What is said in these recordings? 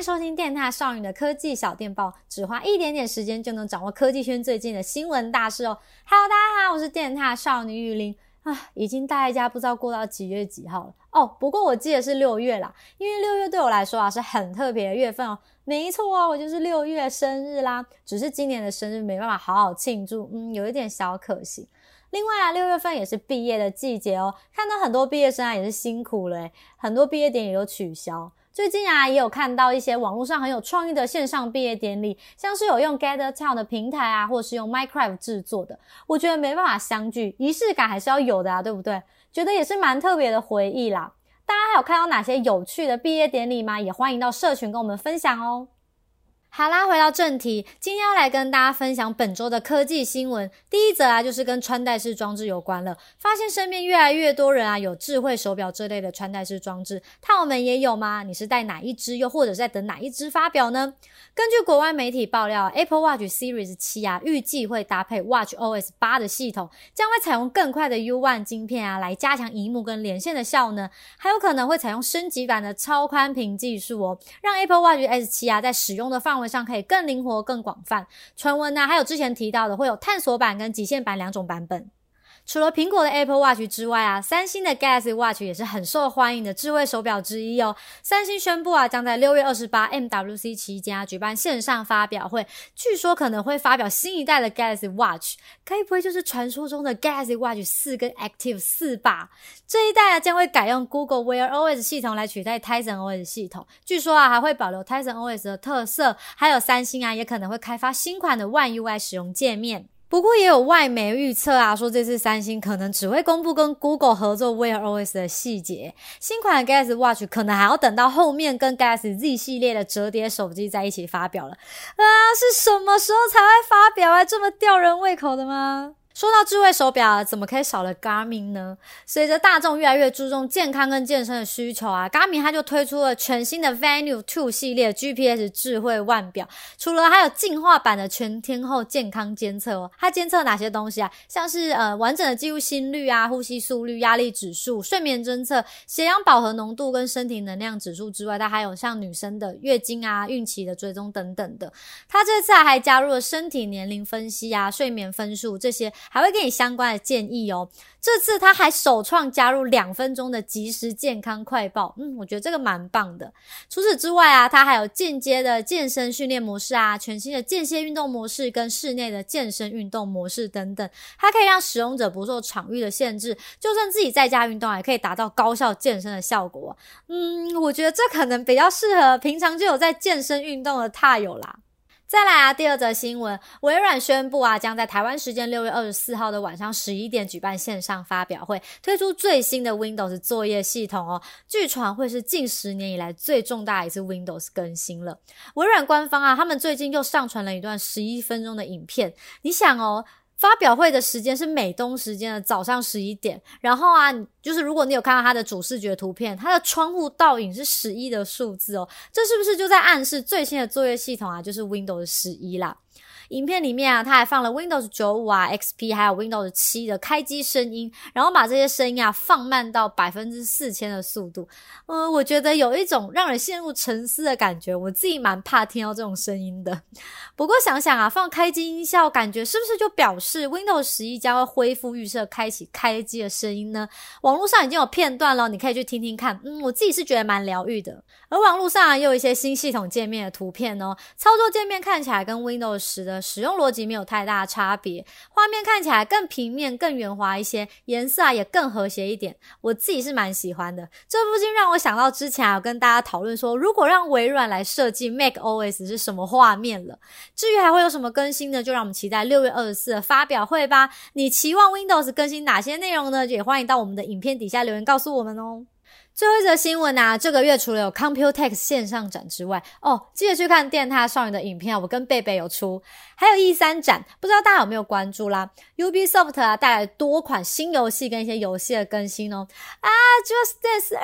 收听电踏少女的科技小电报，只花一点点时间就能掌握科技圈最近的新闻大事哦。Hello， 大家好，我是电踏少女雨林已经大家不知道过到几月几号了哦。不过我记得是6月啦，因为6月对我来说是很特别的月份哦。没错哦，我就是6月生日啦，只是今年的生日没办法好好庆祝，有一点小可惜。另外6月份也是毕业的季节哦，看到很多毕业生也是辛苦了很多毕业典礼都取消。最近也有看到一些网络上很有创意的线上毕业典礼，像是有用 GatherTown 的平台或是用 Minecraft 制作的，我觉得没办法相聚，仪式感还是要有的对不对？觉得也是蛮特别的回忆啦。大家还有看到哪些有趣的毕业典礼吗？也欢迎到社群跟我们分享哦。好啦，回到正题，今天要来跟大家分享本周的科技新闻。第一则就是跟穿戴式装置有关了。发现身边越来越多人有智慧手表这类的穿戴式装置，他们也有吗？你是戴哪一支，又或者是在等哪一支发表呢？根据国外媒体爆料，Apple Watch Series 7预计会搭配 WatchOS 8的系统，将会采用更快的 U1 晶片来加强萤幕跟连线的效能，还有可能会采用升级版的超宽屏技术哦，让 Apple Watch S7在使用的范围上可以更灵活更广泛。传闻还有之前提到的会有探索版跟极限版两种版本。除了苹果的 Apple Watch 之外三星的 Galaxy Watch 也是很受欢迎的智慧手表之一哦。三星宣布将在6月28 MWC 期间举办线上发表会，据说可能会发表新一代的 Galaxy Watch， 该不会就是传说中的 Galaxy Watch 4跟 Active 4吧？这一代将会改用 Google Wear OS 系统来取代 Tizen OS 系统，据说还会保留 Tizen OS 的特色，还有三星也可能会开发新款的 One UI 使用界面。不过也有外媒预测说这次三星可能只会公布跟 Google 合作 Wear OS 的细节，新款的 Galaxy Watch 可能还要等到后面跟 Galaxy Z 系列的折叠手机在一起发表了是什么时候才会发表这么吊人胃口的吗？说到智慧手表怎么可以少了 Garmin 呢？随着大众越来越注重健康跟健身的需求Garmin 它就推出了全新的 Venue 2系列 GPS 智慧腕表，除了还有进化版的全天候健康监测它监测哪些东西像是完整的记录心率呼吸速率、压力指数、睡眠侦测、血氧饱和浓度跟身体能量指数之外，它还有像女生的月经孕期的追踪等等的。它这次还加入了身体年龄分析睡眠分数，这些还会给你相关的建议哦。这次他还首创加入2分钟的即时健康快报，我觉得这个蛮棒的。除此之外他还有进阶的健身训练模式全新的间歇运动模式跟室内的健身运动模式等等，它可以让使用者不受场域的限制，就算自己在家运动也可以达到高效健身的效果。我觉得这可能比较适合平常就有在健身运动的踏友啦。再来第二则新闻，微软宣布将在台湾时间6月24号的晚上11点举办线上发表会，推出最新的 Windows 作业系统哦，据传会是近10年以来最重大一次 Windows 更新了。微软官方他们最近又上传了一段11分钟的影片，你想发表会的时间是美东时间的早上11点，然后就是如果你有看到它的主视觉图片，它的窗户倒影是11的数字哦，这是不是就在暗示最新的作业系统就是 Windows 11啦？影片里面它还放了 Windows 95 XP 还有 Windows 7的开机声音，然后把这些声音放慢到4000%的速度。我觉得有一种让人陷入沉思的感觉，我自己蛮怕听到这种声音的。不过想想放开机音效，感觉是不是就表示 Windows 11将会恢复预设开启开机的声音呢？网络上已经有片段了，你可以去听听看。我自己是觉得蛮疗愈的。而网络上也有一些新系统界面的图片哦，操作界面看起来跟 Windows 10的使用逻辑没有太大的差别，画面看起来更平面更圆滑一些，颜色也更和谐一点，我自己是蛮喜欢的。这不禁让我想到之前有跟大家讨论说，如果让微软来设计 macOS 是什么画面了。至于还会有什么更新呢，就让我们期待6月24的发表会吧。你期望 Windows 更新哪些内容呢？也欢迎到我们的影片底下留言告诉我们哦。最后一则新闻这个月除了有 Computex 线上展之外记得去看电踏少女的影片我跟贝贝有出，还有 E3 展，不知道大家有没有关注啦。 Ubisoft 带来多款新游戏跟一些游戏的更新哦。Just Dance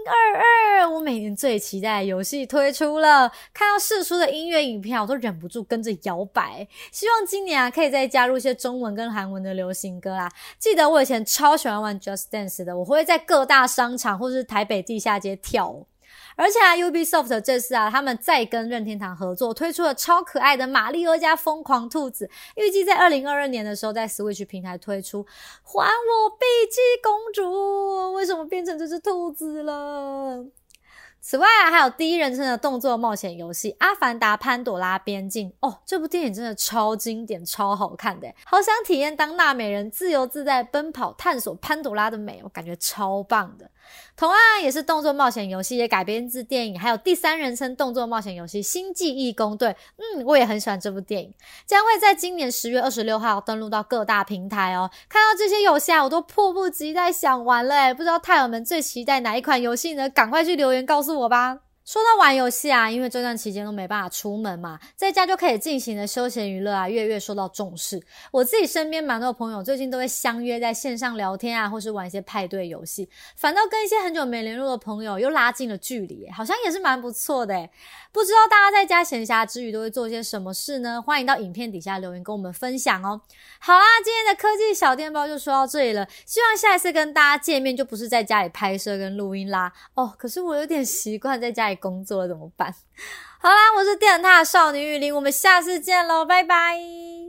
2022，我每年最期待的游戏推出了，看到释出的音乐影片我都忍不住跟着摇摆，希望今年可以再加入一些中文跟韩文的流行歌啦。记得我以前超喜欢玩 Just Dance 的，我会在各大商场或是台北地下街跳而且Ubisoft 这次他们再跟任天堂合作，推出了超可爱的马里奥加疯狂兔子，预计在2022年的时候在 Switch 平台推出。还我碧姬公主，为什么变成这只兔子了？此外还有第一人称的动作冒险游戏《阿凡达：潘朵拉边境》这部电影真的超经典超好看的，好想体验当纳美人自由自在奔跑探索潘朵拉的美，我感觉超棒的。同样也是动作冒险游戏，也改编自电影，还有第三人称动作冒险游戏《星际义工队》。我也很喜欢这部电影，将会在今年10月26号登陆到各大平台看到这些游戏我都迫不及待想玩了不知道泰友们最期待哪一款游戏呢？赶快去留言告诉我吧。说到玩游戏因为这段期间都没办法出门嘛，在家就可以尽情的休闲娱乐越受到重视。我自己身边蛮多朋友最近都会相约在线上聊天或是玩一些派对游戏，反倒跟一些很久没联络的朋友又拉近了距离好像也是蛮不错的不知道大家在家闲暇之余都会做些什么事呢？欢迎到影片底下留言跟我们分享好啦，今天的科技小电报就说到这里了，希望下一次跟大家见面就不是在家里拍摄跟录音啦可是我有点习惯在家里工作了怎么办？好啦，我是电塔少女雨林，我们下次见咯，拜拜。